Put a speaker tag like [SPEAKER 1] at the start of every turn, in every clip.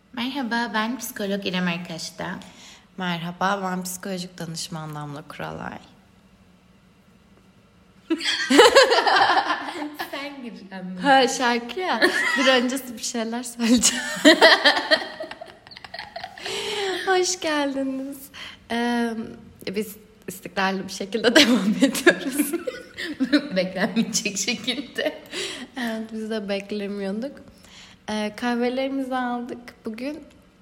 [SPEAKER 1] Merhaba, ben psikolog İrem Erkaş'ta.
[SPEAKER 2] Merhaba, ben psikolojik danışman Damla Kuralay.
[SPEAKER 1] Sen gir anladım.
[SPEAKER 2] Ha şarkı ya. Dur öncesi bir şeyler söyleyeceğim. Hoş geldiniz. Biz istikrarlı bir şekilde devam ediyoruz.
[SPEAKER 1] Beklenmeyecek şekilde.
[SPEAKER 2] Evet, biz de beklemiyorduk. Kahvelerimizi aldık. Bugün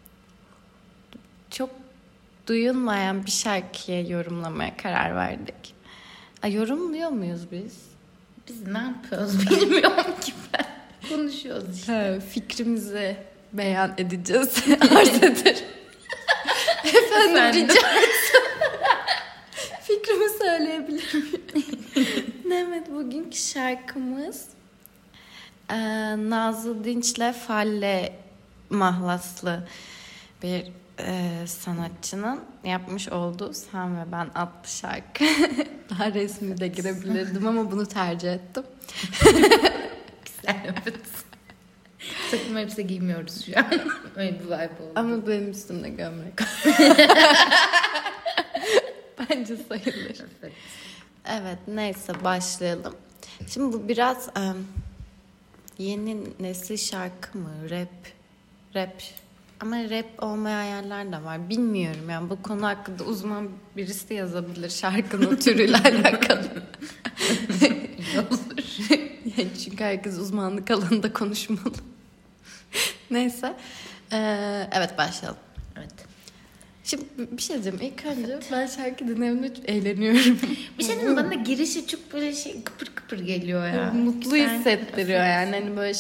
[SPEAKER 2] çok duyulmayan bir şarkıya yorumlamaya karar verdik. Yorumluyor muyuz biz?
[SPEAKER 1] Biz ne yapıyoruz bilmiyorum ki ben. Konuşuyoruz işte.
[SPEAKER 2] Fikrimizi beyan edeceğiz. Arz ederim. Efendim rica etsem. Fikrimi söyleyebilir miyim? Evet, bugünkü şarkımız Nazlı Dinç'le Falle Mahlaslı bir sanatçının yapmış olduğu Sen ve Ben adlı şarkı. Daha resmi de girebilirdim ama bunu tercih ettim.
[SPEAKER 1] Güzel, evet. Takım elbise giymiyoruz şu an. Öyle bir vibe oldu.
[SPEAKER 2] Ama benim üstümde gömlek. Bence sayılır.
[SPEAKER 1] Evet.
[SPEAKER 2] Evet, neyse başlayalım. Şimdi bu biraz yeni nesil şarkı mı? Rap. Ama rap olmayan yerler de var. Bilmiyorum yani, bu konu hakkında uzman birisi yazabilir şarkının türüyle alakalı.
[SPEAKER 1] Olur.
[SPEAKER 2] Yani çünkü herkes uzmanlık alanında konuşmalı. Neyse. Evet, başlayalım.
[SPEAKER 1] Evet.
[SPEAKER 2] Şimdi bir şey diyeceğim. İlk önce ben şarkı dinlemede çok eğleniyorum.
[SPEAKER 1] Bir şey diyeyim mi? Bana girişi çok böyle kıpır kıpır geliyor ya.
[SPEAKER 2] Mutlu hissettiriyor yani. Hani böyle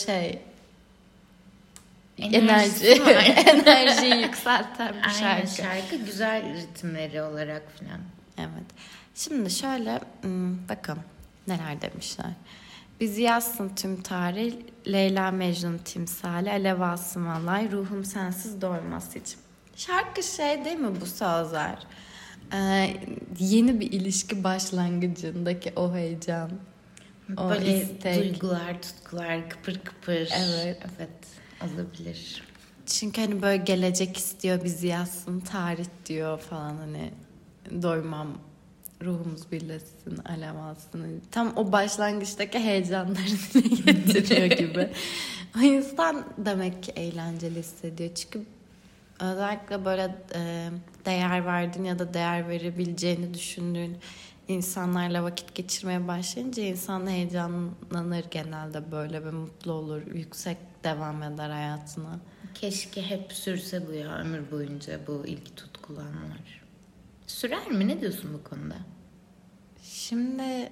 [SPEAKER 1] Enerjisi
[SPEAKER 2] enerji.
[SPEAKER 1] var.
[SPEAKER 2] Enerjiyi yükselten bir
[SPEAKER 1] Aynen,
[SPEAKER 2] şarkı.
[SPEAKER 1] şarkı güzel ritimleri olarak falan.
[SPEAKER 2] Evet. Şimdi şöyle bakın neler demişler. Bizi yazsın tüm tarih, Leyla Mecnun timsali, alev alsın vallahi, ruhum sensiz doymaz hiç. Şarkı değil mi bu sözler? Yeni bir ilişki başlangıcındaki o heyecan, o
[SPEAKER 1] Böyle
[SPEAKER 2] istek.
[SPEAKER 1] duygular, tutkular, kıpır kıpır.
[SPEAKER 2] Evet.
[SPEAKER 1] Evet, olabilir.
[SPEAKER 2] Çünkü hani böyle gelecek istiyor, bizi yazsın tarih diyor falan, hani doymam, ruhumuz birleşsin, alev alsın. Tam o başlangıçtaki heyecanları dile getiriyor gibi. O yüzden demek ki eğlenceli hissediyor. Çünkü özellikle böyle değer verdiğin ya da değer verebileceğini düşündüğün insanlarla vakit geçirmeye başlayınca insan heyecanlanır genelde, böyle ve mutlu olur. Yüksek devam eder hayatına.
[SPEAKER 1] Keşke hep sürse bu ya, ömür boyunca bu ilgi tutkulanmalar. Sürer mi? Ne diyorsun bu konuda?
[SPEAKER 2] Şimdi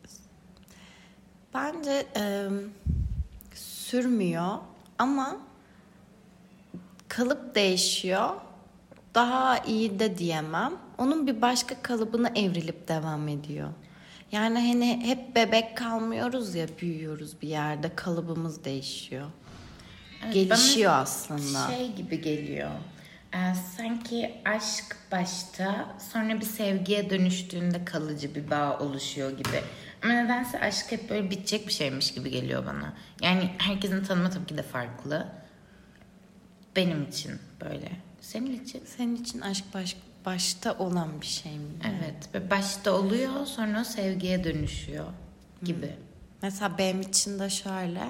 [SPEAKER 2] bence sürmüyor ama kalıp değişiyor. Daha iyi de diyemem. Onun bir başka kalıbına evrilip devam ediyor. Yani hani hep bebek kalmıyoruz ya, büyüyoruz bir yerde, kalıbımız değişiyor.
[SPEAKER 1] Evet,
[SPEAKER 2] Gelişiyor
[SPEAKER 1] bana
[SPEAKER 2] aslında.
[SPEAKER 1] gibi geliyor. Sanki aşk başta, sonra bir sevgiye dönüştüğünde kalıcı bir bağ oluşuyor gibi. Ama nedense aşk hep böyle bitecek bir şeymiş gibi geliyor bana. Yani herkesin tanımı tabii ki de farklı. Benim için böyle. Senin için?
[SPEAKER 2] Senin için aşk başta olan bir şey mi?
[SPEAKER 1] Evet. Ve başta oluyor, sonra sevgiye dönüşüyor gibi.
[SPEAKER 2] Mesela benim için de şöyle.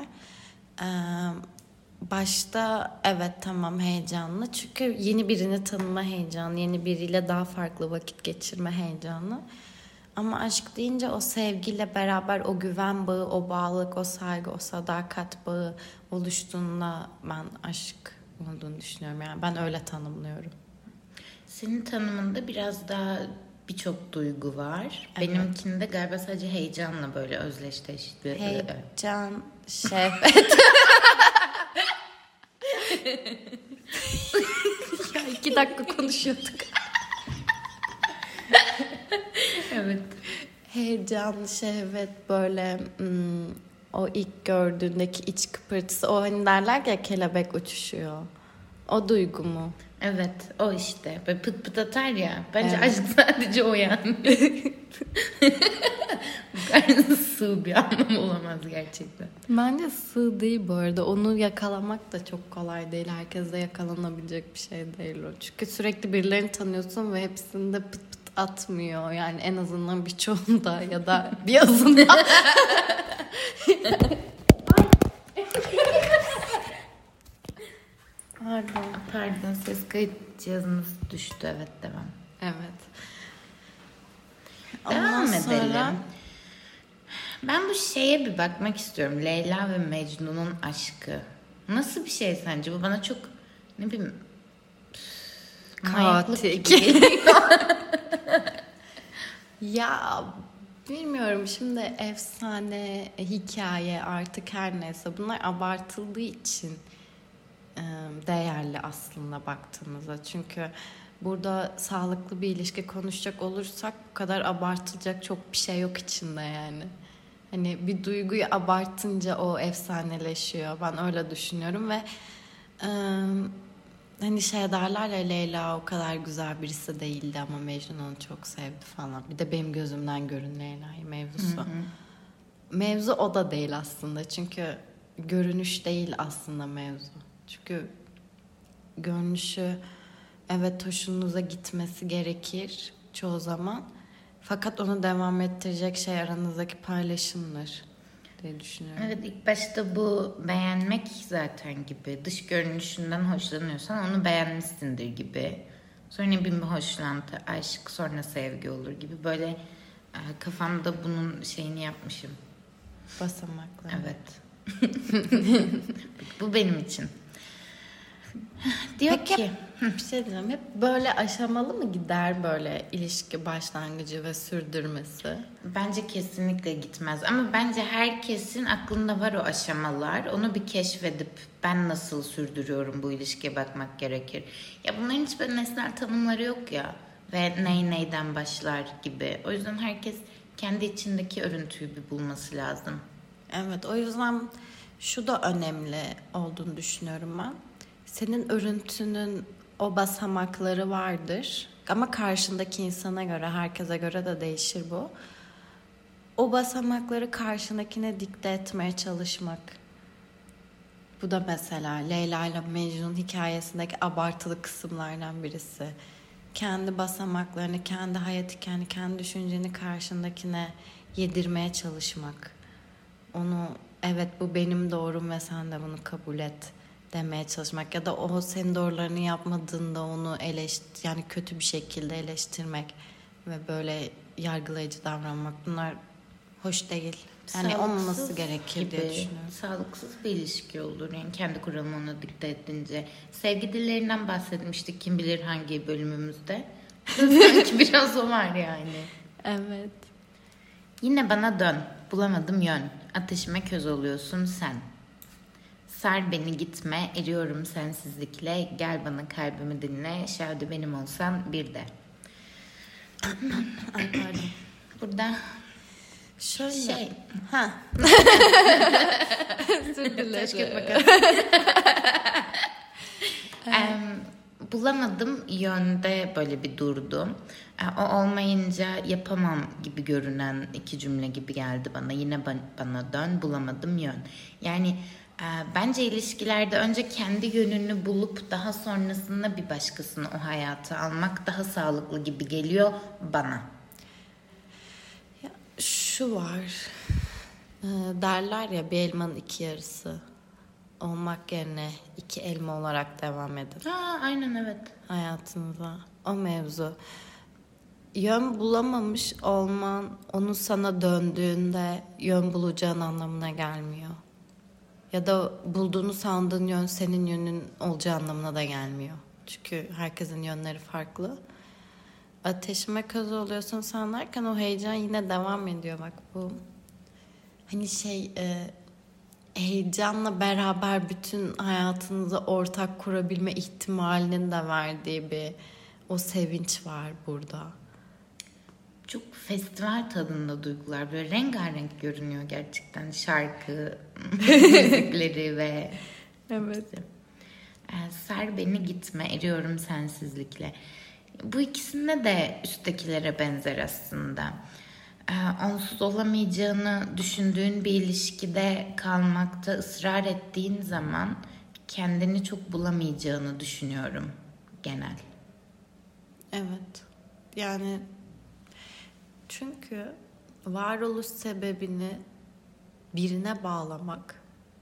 [SPEAKER 2] Başta evet tamam heyecanlı. Çünkü yeni birini tanıma heyecanı, yeni biriyle daha farklı vakit geçirme heyecanı. Ama aşk deyince o sevgiyle beraber o güven bağı, o bağlılık, o saygı, o sadakat bağı oluştuğunda ben aşk olduğunu düşünüyorum. Yani ben öyle tanımlıyorum.
[SPEAKER 1] Senin tanımında biraz daha birçok duygu var.
[SPEAKER 2] Evet.
[SPEAKER 1] Benimkinde galiba sadece heyecanla böyle özdeşleşti.
[SPEAKER 2] Heyecan, şehvet. Ya 2 dakika konuşuyorduk.
[SPEAKER 1] Evet.
[SPEAKER 2] Heyecan, şehvet, böyle o ilk gördüğündeki iç kıpırtısı. O hani derler ya, kelebek uçuşuyor. O duygu mu?
[SPEAKER 1] Evet, o işte. Böyle pıt pıt atar ya. Bence
[SPEAKER 2] Evet.
[SPEAKER 1] aşk sadece o yani. Bu kadar sığ bir anlam olamaz gerçekten.
[SPEAKER 2] Bence sığ değil bu arada. Onu yakalamak da çok kolay değil. Herkeste yakalanabilecek bir şey değil o. Çünkü sürekli birilerini tanıyorsun ve hepsinde pıt pıt atmıyor. Yani en azından birçoğunda ya da bir azından.
[SPEAKER 1] Pardon, ses kayıt cihazınız düştü. Evet, devam.
[SPEAKER 2] Evet.
[SPEAKER 1] Devam
[SPEAKER 2] Ondan
[SPEAKER 1] edelim.
[SPEAKER 2] sonra
[SPEAKER 1] Ben bu şeye bir bakmak istiyorum. Leyla ve Mecnun'un aşkı. Nasıl bir şey sence? Bu bana çok, ne bileyim, manyaklık gibi
[SPEAKER 2] kaotik.
[SPEAKER 1] geliyor.
[SPEAKER 2] Ya bilmiyorum, şimdi efsane, hikaye, artık her neyse bunlar abartıldığı için değerli aslında baktığımızda. Çünkü burada sağlıklı bir ilişki konuşacak olursak bu kadar abartılacak çok bir şey yok içinde yani. Hani bir duyguyu abartınca o efsaneleşiyor. Ben öyle düşünüyorum ve hani şey derler ya, Leyla o kadar güzel birisi değildi ama Mecnun onu çok sevdi falan. Bir de benim gözümden görün Leyla'yı mevzusu. Mevzu o da değil aslında. Çünkü görünüş değil aslında mevzu. Çünkü görünüşü evet hoşunuza gitmesi gerekir çoğu zaman. Fakat onu devam ettirecek şey aranızdaki paylaşımdır diye düşünüyorum.
[SPEAKER 1] Evet, ilk başta bu beğenmek zaten gibi. Dış görünüşünden hoşlanıyorsan onu beğenmişsindir gibi. Sonra bir hoşlantı, aşk, sonra sevgi olur gibi. Böyle kafamda bunun şeyini yapmışım.
[SPEAKER 2] Basamaklar.
[SPEAKER 1] Evet. Bu benim için. Diyor
[SPEAKER 2] Peki,
[SPEAKER 1] ki
[SPEAKER 2] bir şey diyeceğim. Hep böyle aşamalı mı gider böyle ilişki başlangıcı ve sürdürmesi?
[SPEAKER 1] bence kesinlikle gitmez. Ama bence herkesin aklında var o aşamalar. Onu bir keşfedip ben nasıl sürdürüyorum bu ilişkiye bakmak gerekir. Ya bunların hiç böyle nesnel tanımları yok ya. Ve neyden başlar gibi. O yüzden herkes kendi içindeki örüntüyü bir bulması lazım.
[SPEAKER 2] Evet, o yüzden şu da önemli olduğunu düşünüyorum ben. Senin örüntünün o basamakları vardır. Ama karşındaki insana göre, herkese göre de değişir bu. O basamakları karşındakine dikte etmeye çalışmak. Bu da mesela Leyla ile Mecnun hikayesindeki abartılı kısımlardan birisi. Kendi basamaklarını, kendi hayat hikayeni, kendi düşünceni karşındakine yedirmeye çalışmak. Onu evet bu benim doğrum ve sen de bunu kabul et demeye çalışmak. Ya da o senin doğrularını yapmadığında onu yani kötü bir şekilde eleştirmek ve böyle yargılayıcı davranmak. Bunlar hoş değil. Yani olmaması gerekir diye düşünüyorum.
[SPEAKER 1] Sağlıksız bir ilişki olur. Yani kendi kuralını ona dikte edince. Sevgi dillerinden bahsetmiştik kim bilir hangi bölümümüzde. Sanki biraz o var yani.
[SPEAKER 2] Evet.
[SPEAKER 1] Yine bana dön. Bulamadım yön. Ateşime köz oluyorsun sen. Sar beni gitme. Eriyorum sensizlikle. Gel bana kalbimi dinle. Şevdi benim olsan bir de.
[SPEAKER 2] Ay pardon.
[SPEAKER 1] Burada
[SPEAKER 2] Şöyle. Ha. Özür dilerim.
[SPEAKER 1] Bulamadım yönde böyle bir durdum. O olmayınca yapamam gibi görünen iki cümle gibi geldi bana. Yine bana dön, bulamadım yön. Yani bence ilişkilerde önce kendi yönünü bulup daha sonrasında bir başkasını o hayata almak daha sağlıklı gibi geliyor bana.
[SPEAKER 2] Ya, şu var. Derler ya bir elmanın iki yarısı olmak yerine iki elma olarak devam edin.
[SPEAKER 1] Aynen evet.
[SPEAKER 2] Hayatınıza. O mevzu. Yön bulamamış olman onu sana döndüğünde yön bulacağın anlamına gelmiyor. Ya da bulduğunu sandığın yön senin yönün olacağı anlamına da gelmiyor. Çünkü herkesin yönleri farklı. Ateşime köz oluyorsun sanırken o heyecan yine devam ediyor. Bak bu hani heyecanla beraber bütün hayatınızı ortak kurabilme ihtimalinin de verdiği bir o sevinç var burada.
[SPEAKER 1] Çok festival tadında duygular. Böyle rengarenk görünüyor gerçekten. Şarkı, müzikleri ve...
[SPEAKER 2] Evet.
[SPEAKER 1] Sar beni gitme, eriyorum sensizlikle. Bu ikisinde de üsttekilere benzer aslında. onsuz olamayacağını düşündüğün bir ilişkide kalmakta ısrar ettiğin zaman kendini çok bulamayacağını düşünüyorum genel.
[SPEAKER 2] Evet. Yani çünkü varoluş sebebini birine bağlamak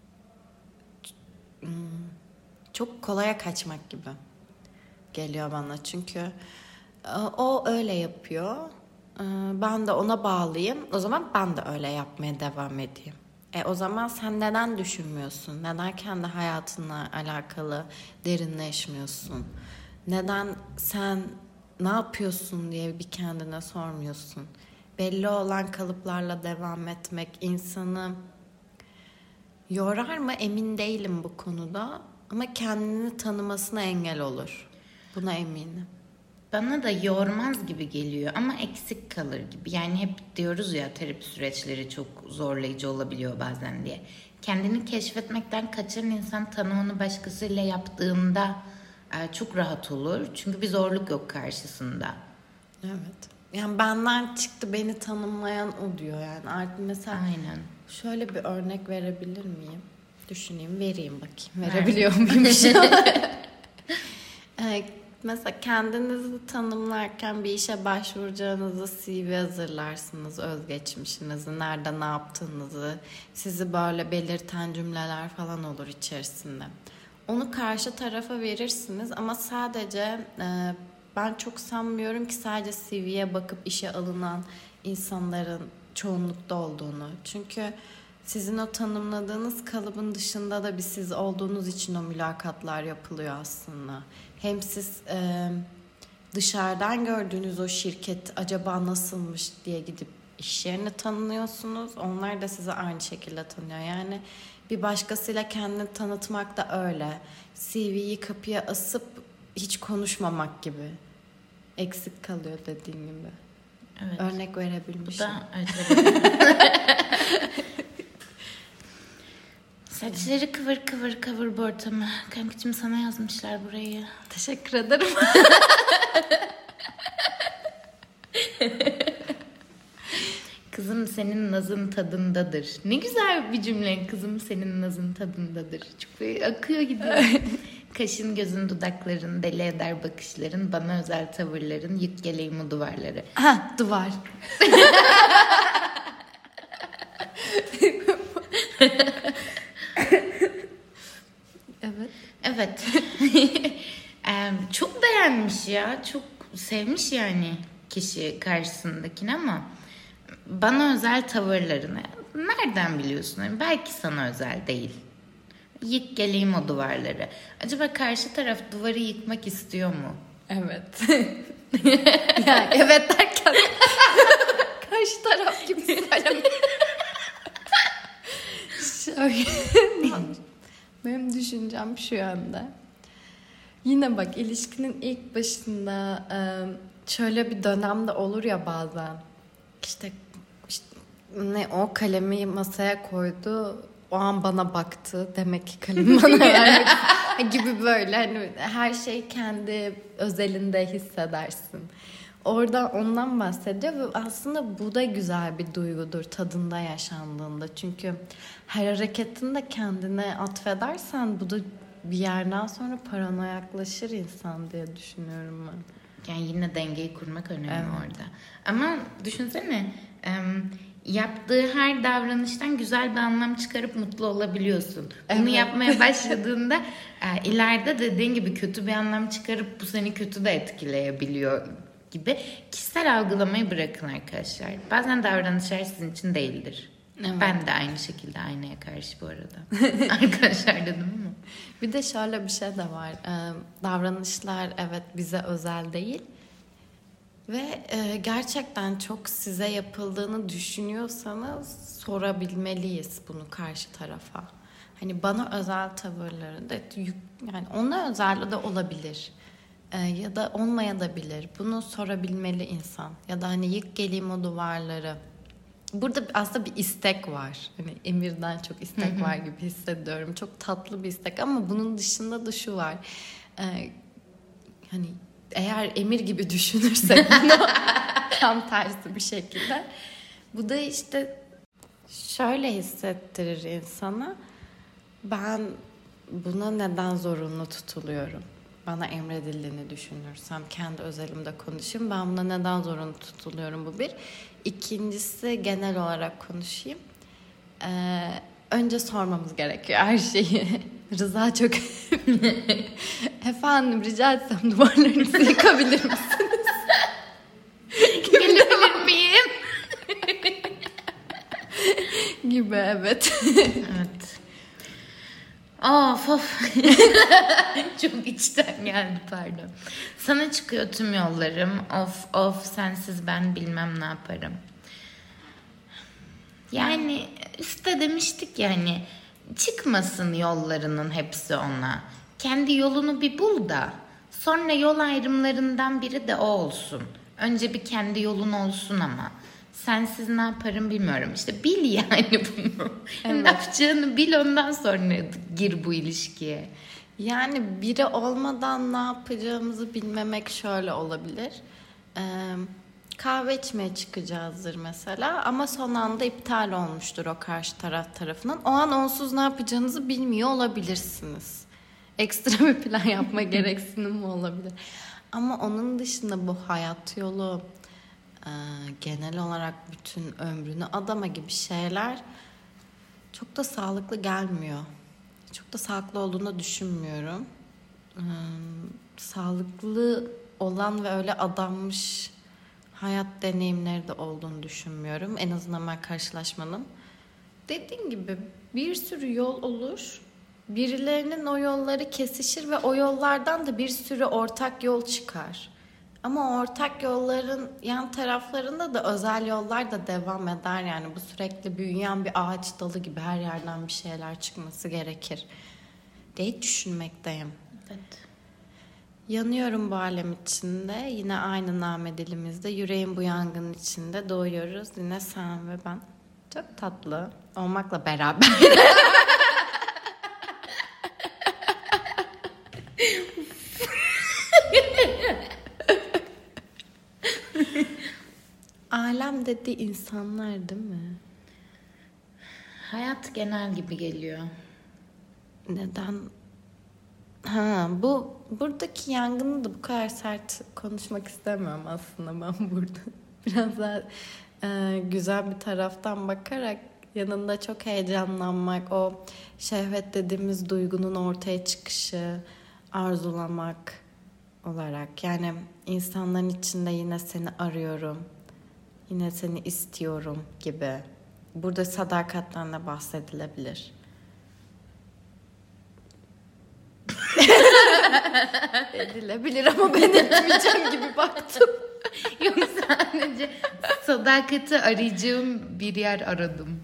[SPEAKER 2] çok kolaya kaçmak gibi geliyor bana. Çünkü o öyle yapıyor. Ben de ona bağlıyım. O zaman ben de öyle yapmaya devam edeyim. O zaman sen neden düşünmüyorsun? Neden kendi hayatınla alakalı derinleşmiyorsun? Neden sen ne yapıyorsun diye bir kendine sormuyorsun? Belli olan kalıplarla devam etmek insanı yorar mı emin değilim bu konuda. Ama kendini tanımasına engel olur. Buna eminim.
[SPEAKER 1] Bana da yormaz gibi geliyor ama eksik kalır gibi. Yani hep diyoruz ya, terapi süreçleri çok zorlayıcı olabiliyor bazen diye. Kendini keşfetmekten kaçan insan tanımını başkasıyla yaptığında çok rahat olur. Çünkü bir zorluk yok karşısında.
[SPEAKER 2] Evet. Yani benden çıktı, beni tanımlayan o diyor yani. Artık mesela
[SPEAKER 1] Aynen.
[SPEAKER 2] şöyle bir örnek verebilir miyim? Düşüneyim, vereyim bakayım. Verebiliyor muyum şu an? Mesela kendinizi tanımlarken bir işe başvuracağınızı CV hazırlarsınız, özgeçmişinizi, nerede ne yaptığınızı, sizi böyle belirten cümleler falan olur içerisinde. Onu karşı tarafa verirsiniz ama sadece ben çok sanmıyorum ki sadece CV'ye bakıp işe alınan insanların çoğunlukta olduğunu. Çünkü sizin o tanımladığınız kalıbın dışında da bir siz olduğunuz için o mülakatlar yapılıyor aslında. Hem siz dışarıdan gördüğünüz o şirket acaba nasılmış diye gidip iş yerini tanıyorsunuz. Onlar da sizi aynı şekilde tanıyor. Yani bir başkasıyla kendini tanıtmak da öyle. CV'yi kapıya asıp hiç konuşmamak gibi. Eksik kalıyor dediğin gibi.
[SPEAKER 1] Evet.
[SPEAKER 2] Örnek verebilmişim.
[SPEAKER 1] Bu da evet. Saçları kıvır kıvır kavur bu ortamı. Kankacığım sana yazmışlar burayı.
[SPEAKER 2] Teşekkür ederim.
[SPEAKER 1] Kızım senin nazın tadındadır. Ne güzel bir cümle. Kızım senin nazın tadındadır. Çok böyle akıyor gidiyor. Kaşın, gözün, dudakların, deli eder bakışların, bana özel tavırların, yık geleğim o duvarları.
[SPEAKER 2] Ha, duvar. Evet.
[SPEAKER 1] Evet. Çok beğenmiş ya. Çok sevmiş yani kişi karşısındakini ama bana özel tavırlarını nereden biliyorsun? Yani belki sana özel değil. Yık geleyim o duvarları. Acaba karşı taraf duvarı yıkmak istiyor mu?
[SPEAKER 2] Evet. Yani evet derken karşı taraf gibi söyleme. Şöyle. Benim düşüncem şu yönde. Yine bak, ilişkinin ilk başında şöyle bir dönemde olur ya bazen. İşte ne, o kalemi masaya koydu, o an bana baktı, demek ki kalemi bana verdi gibi, böyle hani her şey kendi özelinde hissedersin. Orada ondan bahsediyor ve aslında bu da güzel bir duygudur tadında yaşandığında. Çünkü her hareketinde kendine atfedersen bu da bir yerden sonra paranoyaklaşır insan diye düşünüyorum ben.
[SPEAKER 1] Yani yine dengeyi kurmak önemli orada. Ama düşünsene, yaptığı her davranıştan güzel bir anlam çıkarıp mutlu olabiliyorsun. Bunu yapmaya başladığında ileride dediğin gibi kötü bir anlam çıkarıp bu seni kötü de etkileyebiliyor gibi. Kişisel algılamayı bırakın arkadaşlar. Bazen davranışlar sizin için değildir. Evet. Ben de aynı şekilde aynaya karşı bu arada. Arkadaşlar dedim ama.
[SPEAKER 2] Bir de şöyle bir şey de var. Davranışlar evet bize özel değil. Ve gerçekten çok size yapıldığını düşünüyorsanız sorabilmeliyiz bunu karşı tarafa. Hani bana özel tavırları da yani ona özel de olabilir. Ya da olmayabilir. Bunu sorabilmeli insan. Ya da hani yık geleyim o duvarları. Burada aslında bir istek var. Hani Emir'den çok istek var gibi hissediyorum. Çok tatlı bir istek ama bunun dışında da şu var. Hani eğer Emir gibi düşünürsek bunu tam tersi bir şekilde Bu da işte şöyle hissettirir insana. Ben buna neden zorunlu tutuluyorum? Bana emredildiğini düşünürsem, kendi özelimde konuşayım. Ben buna neden zorunlu tutuluyorum, bu bir. İkincisi, genel olarak konuşayım. Önce sormamız gerekiyor her şeyi. Rıza çok... Efendim, rica etsem duvarlarınızı yıkabilir misiniz?
[SPEAKER 1] Gelebilir miyim?
[SPEAKER 2] Gibi, evet.
[SPEAKER 1] Evet. Of. Çok içten geldi, pardon. Sana çıkıyor tüm yollarım. Of sensiz ben bilmem ne yaparım. Yani üstte demiştik ya hani, çıkmasın yollarının hepsi ona. Kendi yolunu bir bul da sonra yol ayrımlarından biri de o olsun. Önce bir kendi yolun olsun ama. Sensiz ne yaparım bilmiyorum. İşte bil yani bunu.
[SPEAKER 2] Evet.
[SPEAKER 1] Ne yapacağını bil, ondan sonra gir bu ilişkiye.
[SPEAKER 2] Yani biri olmadan ne yapacağımızı bilmemek şöyle olabilir. Kahve içmeye çıkacağızdır mesela ama son anda iptal olmuştur o karşı taraf tarafından. O an onsuz ne yapacağınızı bilmiyor olabilirsiniz. Ekstra bir plan yapma gereksinimi olabilir. Ama onun dışında bu hayat yolu, genel olarak bütün ömrünü adama gibi şeyler çok da sağlıklı gelmiyor. Çok da sağlıklı olduğunu düşünmüyorum. Sağlıklı olan ve öyle adanmış hayat deneyimleri de olduğunu düşünmüyorum. En azından ben karşılaşmanın. Dediğim gibi bir sürü yol olur. Birilerinin o yolları kesişir ve o yollardan da bir sürü ortak yol çıkar. Ama o ortak yolların yan taraflarında da özel yollar da devam eder. Yani bu sürekli büyüyen bir ağaç dalı gibi her yerden bir şeyler çıkması gerekir diye düşünmekteyim.
[SPEAKER 1] Evet.
[SPEAKER 2] Yanıyorum bu alem içinde. Yine aynı name dilimizde. Yüreğin bu yangının içinde doğuyoruz. Yine sen ve ben. Çok tatlı olmakla beraber. Alem dediği insanlar değil mi?
[SPEAKER 1] Hayat genel gibi geliyor.
[SPEAKER 2] Neden? Buradaki yangını da bu kadar sert konuşmak istemiyorum aslında ben burada. Biraz daha güzel bir taraftan bakarak yanında çok heyecanlanmak, o şehvet dediğimiz duygunun ortaya çıkışı, arzulamak olarak. Yani insanların içinde yine seni arıyorum, yine seni istiyorum gibi. Burada sadakatten de bahsedilebilir. Edilebilir ama ben etmeyeceğim gibi baktım.
[SPEAKER 1] Yok, sadece sadakati arayacağım bir yer aradım.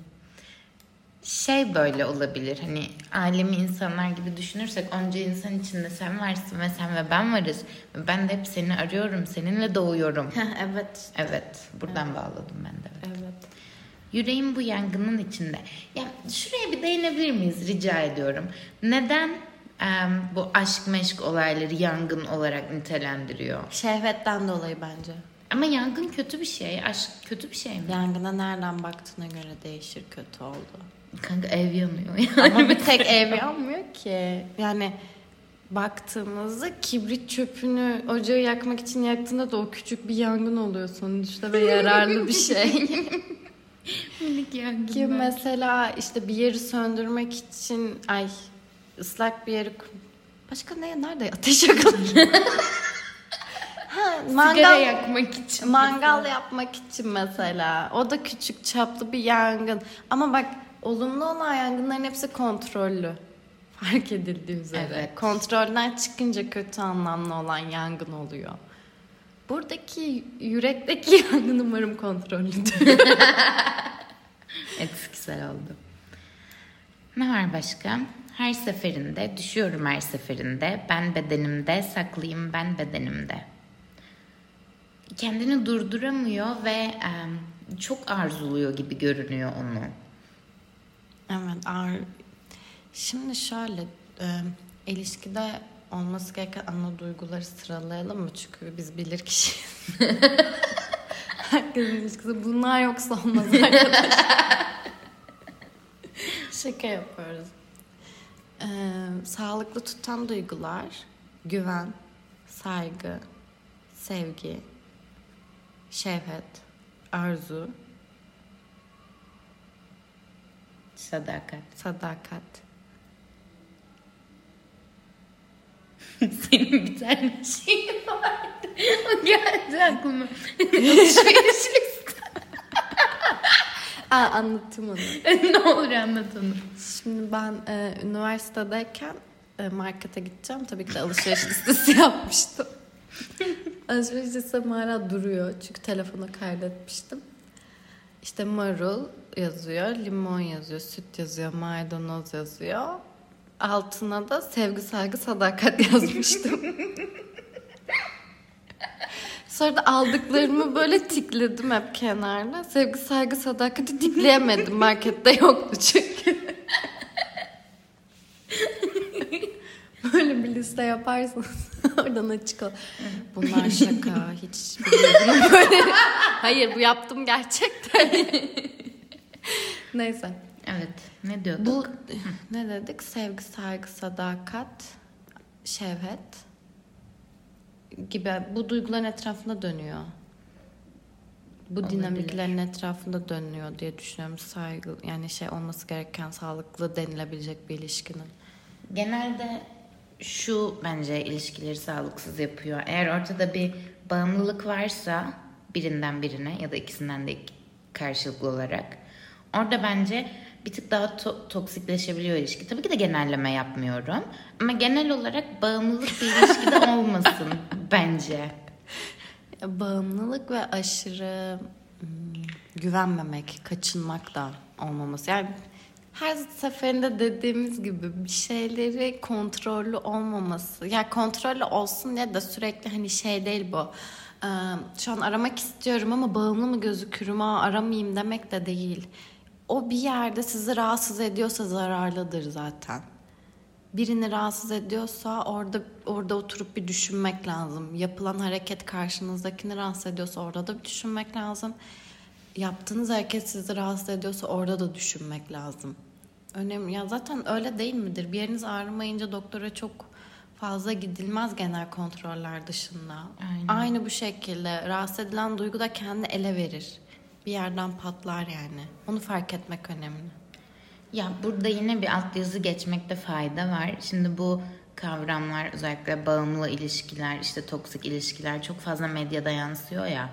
[SPEAKER 1] Böyle olabilir, hani alemi insanlar gibi düşünürsek onca insan içinde sen varsın ve sen ve ben varız. Ben de hep seni arıyorum, seninle doğuyorum.
[SPEAKER 2] Evet.
[SPEAKER 1] Evet, buradan bağladım ben de.
[SPEAKER 2] Evet.
[SPEAKER 1] Yüreğim bu yangının içinde. Ya şuraya bir değinebilir miyiz rica ediyorum. Neden bu aşk meşk olayları yangın olarak nitelendiriyor?
[SPEAKER 2] Şehvetten dolayı bence.
[SPEAKER 1] Ama yangın kötü bir şey. Aşk kötü bir şey mi?
[SPEAKER 2] Yangına nereden baktığına göre değişir, kötü oldu.
[SPEAKER 1] Kanka ev yanıyor yani.
[SPEAKER 2] Ama bir tek ev yanmıyor ki. Yani baktığımızda kibrit çöpünü ocağı yakmak için yaktığında da o küçük bir yangın oluyor sonuçta ve yararlı bir şey.
[SPEAKER 1] Minik yangın.
[SPEAKER 2] Ki mesela işte bir yeri söndürmek için ıslak bir yeri başka nerede ateş yakılır?
[SPEAKER 1] Sigara yakmak için.
[SPEAKER 2] Mangal
[SPEAKER 1] mesela.
[SPEAKER 2] yapmak için mesela. O da küçük çaplı bir yangın. Ama bak, olumlu olan yangınların hepsi kontrollü. Fark edildiği üzere.
[SPEAKER 1] Evet.
[SPEAKER 2] Kontrolden çıkınca kötü anlamlı olan yangın oluyor. Buradaki yürekteki yangın umarım kontrollüdür.
[SPEAKER 1] Evet, güzel oldu. Ne var başka? Her seferinde, düşüyorum her seferinde. Ben bedenimde, saklıyım ben bedenimde. Kendini durduramıyor ve çok arzuluyor gibi görünüyor onu.
[SPEAKER 2] Evet. Şimdi şöyle, ilişkide olması gereken ana duyguları sıralayalım mı? Çünkü biz bilir kişiyiz. Herkesin ilişkisi. Bunlar yoksa olmaz arkadaşlar. Şaka yapıyoruz. Sağlıklı tutan duygular: güven, saygı, sevgi, şehvet, arzu,
[SPEAKER 1] Sadakat.
[SPEAKER 2] sadakat.
[SPEAKER 1] Senin bir tane şeyin vardı. O geldi aklıma. Alışveriş
[SPEAKER 2] Anlatayım onu.
[SPEAKER 1] ne olur anlat onu.
[SPEAKER 2] Şimdi ben üniversitedeyken markete gideceğim. Tabii ki de alışveriş listesi yapmıştım. Alışveriş listem hala duruyor. Çünkü telefona kaydetmiştim. İşte marul yazıyor, limon yazıyor, süt yazıyor, maydanoz yazıyor. Altına da sevgi, saygı, sadakat yazmıştım. Sonra da aldıklarımı böyle tikledim hep kenarına. Sevgi, saygı, sadakati tikleyemedim. Markette yoktu çünkü. Böyle bir liste yaparsanız oradan açık ol. Bunlar şaka. Hiç bilmiyorum böyle. Hayır, bu yaptım gerçekten. Neyse.
[SPEAKER 1] Evet. Ne diyorduk?
[SPEAKER 2] Bu ne dedik? Sevgi, saygı, sadakat, şehvet gibi bu duyguların etrafında dönüyor. Bu
[SPEAKER 1] Olabilir.
[SPEAKER 2] dinamiklerin etrafında dönüyor diye düşünüyorum. Saygı, yani şey olması gereken, sağlıklı denilebilecek bir ilişkinin.
[SPEAKER 1] Genelde şu bence ilişkileri sağlıksız yapıyor. Eğer ortada bir bağımlılık varsa birinden birine ya da ikisinden de karşılıklı olarak orada bence bir tık daha toksikleşebiliyor ilişki. Tabii ki de genelleme yapmıyorum. Ama genel olarak bağımlılık bir ilişkide olmasın bence.
[SPEAKER 2] Bağımlılık ve aşırı güvenmemek, kaçınmak da olmaması. Yani her seferinde dediğimiz gibi bir şeyleri kontrollü olmaması. Ya kontrollü olsun diye de sürekli hani şey değil bu. Şu an aramak istiyorum ama bağımlı mı gözükürüm, aramayayım demek de değil. O bir yerde sizi rahatsız ediyorsa zararlıdır zaten. Birini rahatsız ediyorsa orada oturup bir düşünmek lazım. Yapılan hareket karşınızdakini rahatsız ediyorsa orada da bir düşünmek lazım. Yaptığınız hareket sizi rahatsız ediyorsa orada da düşünmek lazım. Önemli. Ya zaten öyle değil midir? Bir yeriniz ağrımayınca doktora çok fazla gidilmez genel kontroller dışında.
[SPEAKER 1] Aynen.
[SPEAKER 2] Aynı bu şekilde rahatsız edilen duygu da kendi ele verir. Bir yerden patlar yani. Onu fark etmek önemli.
[SPEAKER 1] Ya burada yine bir altyazı geçmekte fayda var. Şimdi bu kavramlar özellikle bağımlı ilişkiler, işte toksik ilişkiler çok fazla medyada yansıyor ya.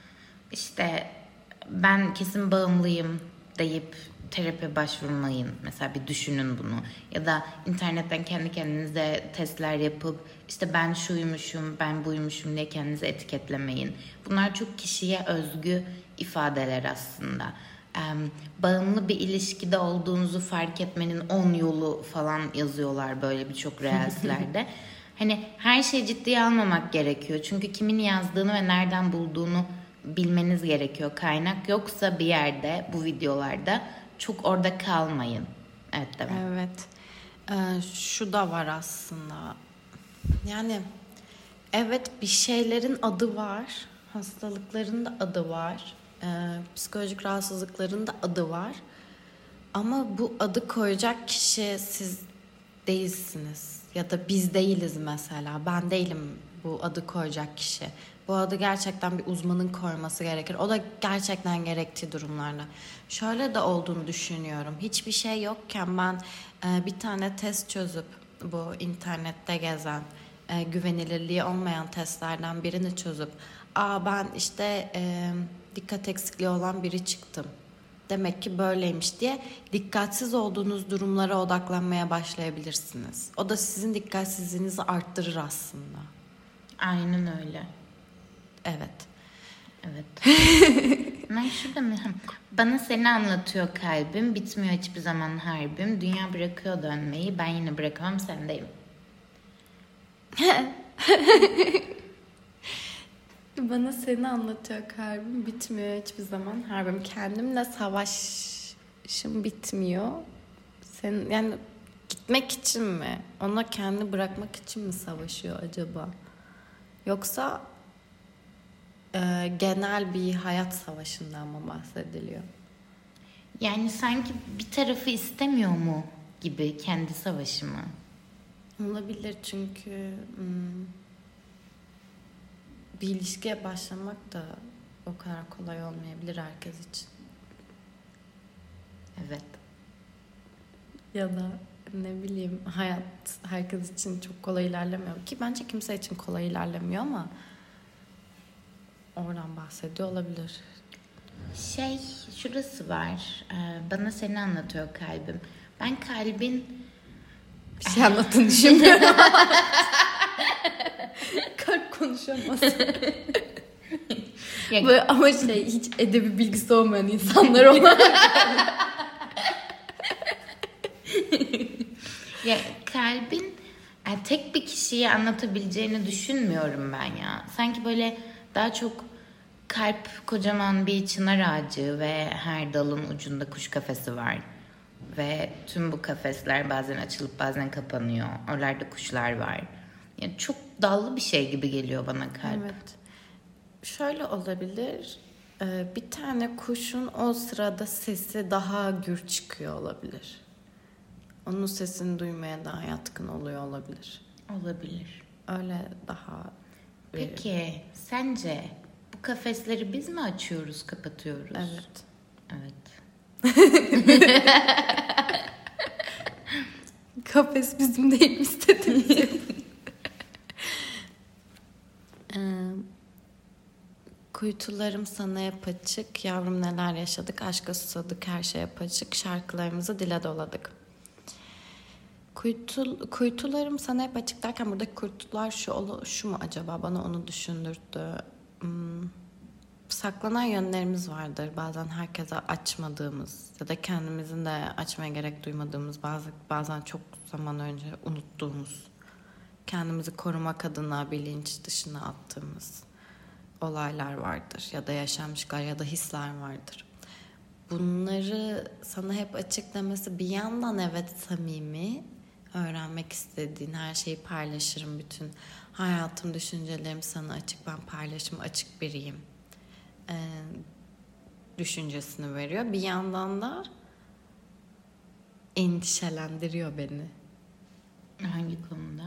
[SPEAKER 1] İşte ben kesin bağımlıyım deyip terapi başvurmayın. Mesela bir düşünün bunu. Ya da internetten kendi kendinize testler yapıp işte ben şuymuşum, ben buymuşum diye kendinizi etiketlemeyin. Bunlar çok kişiye özgü ifadeler aslında. Bağımlı bir ilişkide olduğunuzu fark etmenin 10 yolu falan yazıyorlar böyle birçok reelslerde. Hani her şeyi ciddiye almamak gerekiyor. Çünkü kimin yazdığını ve nereden bulduğunu bilmeniz gerekiyor. Kaynak yoksa bir yerde bu videolarda çok orada kalmayın. Evet değil mi?
[SPEAKER 2] Evet. Şu da var aslında. Yani evet, bir şeylerin adı var. Hastalıkların da adı var. Psikolojik rahatsızlıkların da adı var. Ama bu adı koyacak kişi siz değilsiniz. Ya da biz değiliz mesela. Ben değilim bu adı koyacak kişi. Bu adı gerçekten bir uzmanın koyması gerekir. O da gerçekten gerektiği durumlarda. Şöyle de olduğunu düşünüyorum. Hiçbir şey yokken ben bir tane test çözüp bu internette gezen güvenilirliği olmayan testlerden birini çözüp ben işte dikkat eksikliği olan biri çıktım, demek ki böyleymiş diye dikkatsiz olduğunuz durumlara odaklanmaya başlayabilirsiniz. O da sizin dikkatsizliğinizi arttırır aslında.
[SPEAKER 1] Aynen öyle.
[SPEAKER 2] Evet.
[SPEAKER 1] Evet. Ben şurada mı? Bana seni anlatıyor kalbim. Bitmiyor hiçbir zaman harbim. Dünya bırakıyor dönmeyi. Ben yine bırakamam, sendeyim.
[SPEAKER 2] Bana seni anlatıyor kalbim. Bitmiyor hiçbir zaman harbim. Kendimle savaşım bitmiyor. Sen yani gitmek için mi? Ona kendi bırakmak için mi savaşıyor acaba? Yoksa genel bir hayat savaşından mı bahsediliyor?
[SPEAKER 1] Yani sanki bir tarafı istemiyor mu gibi, kendi savaşı mı?
[SPEAKER 2] Olabilir çünkü bir ilişkiye başlamak da o kadar kolay olmayabilir herkes için.
[SPEAKER 1] Evet.
[SPEAKER 2] Ya da ne bileyim, hayat herkes için çok kolay ilerlemiyor ki, bence kimse için kolay ilerlemiyor ama oradan bahsediyor olabilir.
[SPEAKER 1] Şurası var. Bana seni anlatıyor kalbim. Ben kalbin...
[SPEAKER 2] Bir şey anlattığını düşünmüyorum. Kalp konuşamaz. Böyle, ama hiç edebi bilgisi olmayan insanlar olarak.
[SPEAKER 1] Ya kalbin tek bir kişiyi anlatabileceğini düşünmüyorum ben ya. Sanki böyle daha çok kalp kocaman bir çınar ağacı ve her dalın ucunda kuş kafesi var. Ve tüm bu kafesler bazen açılıp bazen kapanıyor. Oralarda kuşlar var. Yani çok dallı bir şey gibi geliyor bana kalp.
[SPEAKER 2] Evet. Şöyle olabilir. Bir tane kuşun o sırada sesi daha gür çıkıyor olabilir. Onun sesini duymaya daha yatkın oluyor olabilir.
[SPEAKER 1] Olabilir.
[SPEAKER 2] Öyle daha...
[SPEAKER 1] Peki sence bu kafesleri biz mi açıyoruz, kapatıyoruz?
[SPEAKER 2] Evet.
[SPEAKER 1] Evet.
[SPEAKER 2] Kafes bizim değil mi istediğimiz? Kuytularım sana hep açık, yavrum neler yaşadık, aşka susadık, her şeye açık, şarkılarımızı dile doladık. Kuytularım sana hep açık derken buradaki kuytular şu mu acaba, bana onu düşündürttü. Saklanan yönlerimiz vardır. Bazen herkese açmadığımız ya da kendimizin de açmaya gerek duymadığımız, bazen çok zaman önce unuttuğumuz, kendimizi korumak adına bilinç dışına attığımız olaylar vardır ya da yaşanmışlar ya da hisler vardır. Bunları sana hep açık demesi bir yandan evet samimi, öğrenmek istediğin her şeyi paylaşırım, bütün hayatım, düşüncelerim sana açık, ben paylaşıma açık biriyim düşüncesini veriyor. Bir yandan da endişelendiriyor beni.
[SPEAKER 1] Hangi konuda?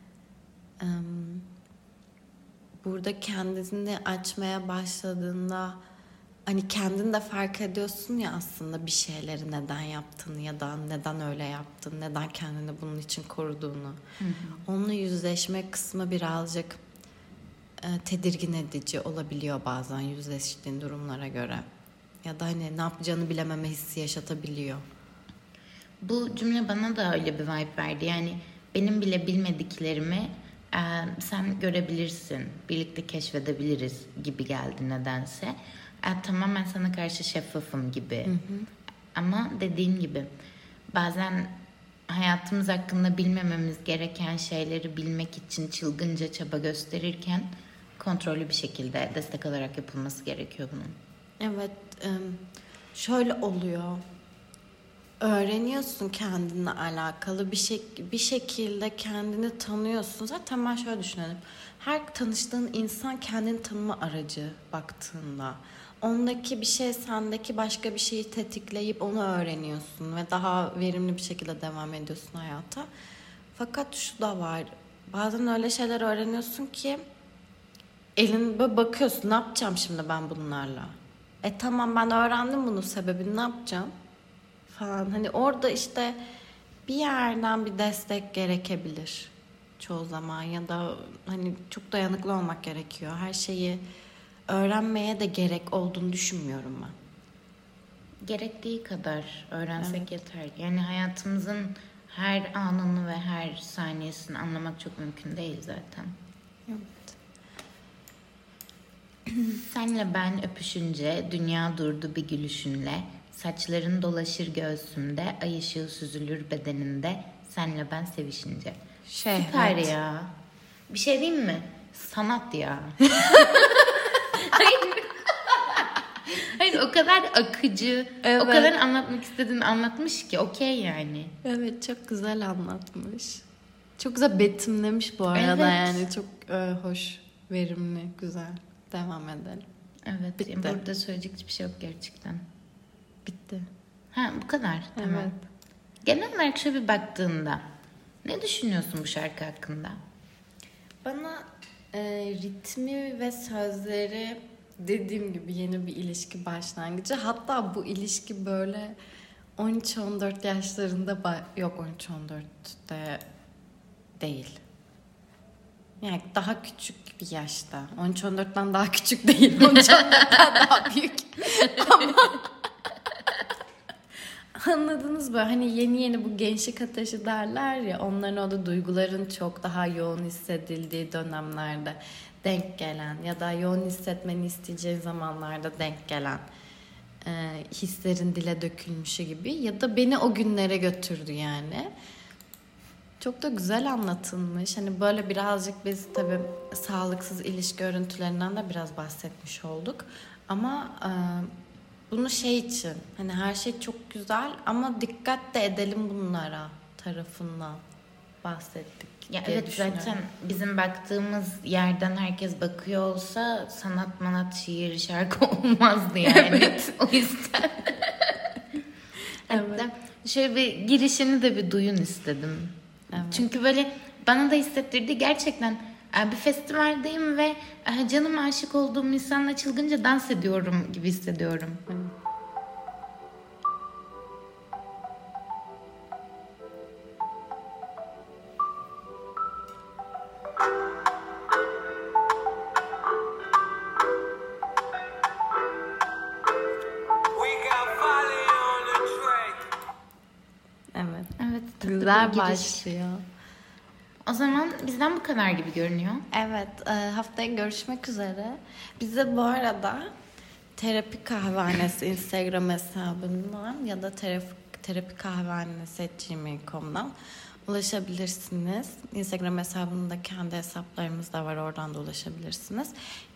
[SPEAKER 2] Burada kendini açmaya başladığında hani kendin de fark ediyorsun ya aslında bir şeyleri neden yaptığını ya da neden öyle yaptın, neden kendini bunun için koruduğunu. Hı hı. Onunla yüzleşme kısmı birazcık tedirgin edici olabiliyor bazen yüzleştiğin durumlara göre. Ya da hani ne yapacağını bilememe hissi yaşatabiliyor.
[SPEAKER 1] Bu cümle bana da öyle bir vibe verdi. Yani benim bile bilmediklerimi sen görebilirsin, birlikte keşfedebiliriz gibi geldi nedense. Tamamen sana karşı şeffafım gibi. Hı hı. Ama dediğim gibi bazen hayatımız hakkında bilmememiz gereken şeyleri bilmek için çılgınca çaba gösterirken kontrollü bir şekilde destek alarak yapılması gerekiyor bunun.
[SPEAKER 2] Evet, şöyle oluyor. Öğreniyorsun kendinle alakalı bir şekilde kendini tanıyorsun. Zaten ben şöyle düşünüyorum. Her tanıştığın insan kendini tanıma aracı baktığında. Ondaki bir şey sendeki başka bir şeyi tetikleyip onu öğreniyorsun ve daha verimli bir şekilde devam ediyorsun hayata. Fakat şu da var. Bazen öyle şeyler öğreniyorsun ki elin bakıyorsun, ne yapacağım şimdi ben bunlarla? Tamam ben öğrendim bunun sebebini, ne yapacağım? Falan. Hani orada işte bir yerden bir destek gerekebilir çoğu zaman ya da hani çok dayanıklı olmak gerekiyor. Her şeyi öğrenmeye de gerek olduğunu düşünmüyorum ben.
[SPEAKER 1] Gerektiği kadar öğrensek yeter. Yani hayatımızın her anını ve her saniyesini anlamak çok mümkün değil zaten.
[SPEAKER 2] Evet.
[SPEAKER 1] Senle ben öpüşünce dünya durdu bir gülüşünle. Saçların dolaşır göğsümde, ay ışığı süzülür bedeninde. Senle ben sevişince. Süper ya. Bir şey diyeyim mi? Sanat ya. Hayır o kadar akıcı, evet. O kadar anlatmak istediğini anlatmış ki okey yani.
[SPEAKER 2] Evet çok güzel anlatmış. Çok güzel betimlemiş bu arada, evet. Yani çok hoş, verimli, güzel. devam edelim.
[SPEAKER 1] Evet.
[SPEAKER 2] Bitti.
[SPEAKER 1] Burada söyleyecek hiçbir şey yok gerçekten.
[SPEAKER 2] Bitti.
[SPEAKER 1] Ha bu kadar. Tamam.
[SPEAKER 2] Evet.
[SPEAKER 1] Genel olarak şöyle bir baktığında ne düşünüyorsun bu şarkı hakkında?
[SPEAKER 2] Bana ritmi ve sözleri dediğim gibi yeni bir ilişki başlangıcı. Hatta bu ilişki böyle 13-14 yaşlarında yok 13-14'te değil. Yani daha küçük bir yaşta. 13-14'ten daha küçük değil. 13-14'ten daha büyük. Ama anladınız böyle hani yeni bu gençlik ateşi derler ya, onların o da duyguların çok daha yoğun hissedildiği dönemlerde denk gelen ya da yoğun hissetmeni isteyeceği zamanlarda denk gelen hislerin dile dökülmüşü gibi ya da beni o günlere götürdü yani. Çok da güzel anlatılmış. Hani böyle birazcık biz tabii sağlıksız ilişki örüntülerinden de biraz bahsetmiş olduk. Ama bunu şey için hani her şey çok güzel ama dikkat de edelim bunlara tarafından bahsettik.
[SPEAKER 1] Ya evet, zaten bizim baktığımız yerden herkes bakıyor olsa sanat manat şiir şarkı olmazdı yani.
[SPEAKER 2] Evet.
[SPEAKER 1] O yüzden.
[SPEAKER 2] Evet.
[SPEAKER 1] Hatta şöyle bir girişini de bir duyun istedim.
[SPEAKER 2] Evet.
[SPEAKER 1] Çünkü böyle bana da hissettirdi gerçekten. Bir festivaldeyim ve canım aşık olduğum insanla çılgınca dans ediyorum gibi hissediyorum.
[SPEAKER 2] Evet.
[SPEAKER 1] Evet. tatlı
[SPEAKER 2] Güzel
[SPEAKER 1] bir giriş.
[SPEAKER 2] başlıyor.
[SPEAKER 1] O zaman bizden bu kadar gibi görünüyor.
[SPEAKER 2] Evet, haftaya görüşmek üzere. Bize bu arada Terapi Kahvehanesi Instagram hesabından ya da terapikahvehanesi@gmail.com'dan ulaşabilirsiniz. Instagram hesabında kendi hesaplarımız da var, oradan da ulaşabilirsiniz.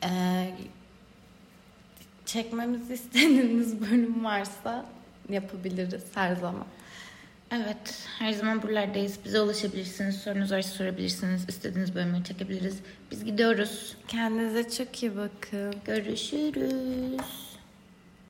[SPEAKER 2] Çekmemizi istediğiniz bölüm varsa yapabiliriz her zaman.
[SPEAKER 1] Evet, her zaman buralardayız. Bize ulaşabilirsiniz. Sorunuz varsa sorabilirsiniz. İstediğiniz bölümleri çekebiliriz. Biz gidiyoruz.
[SPEAKER 2] Kendinize çok iyi bakın.
[SPEAKER 1] Görüşürüz.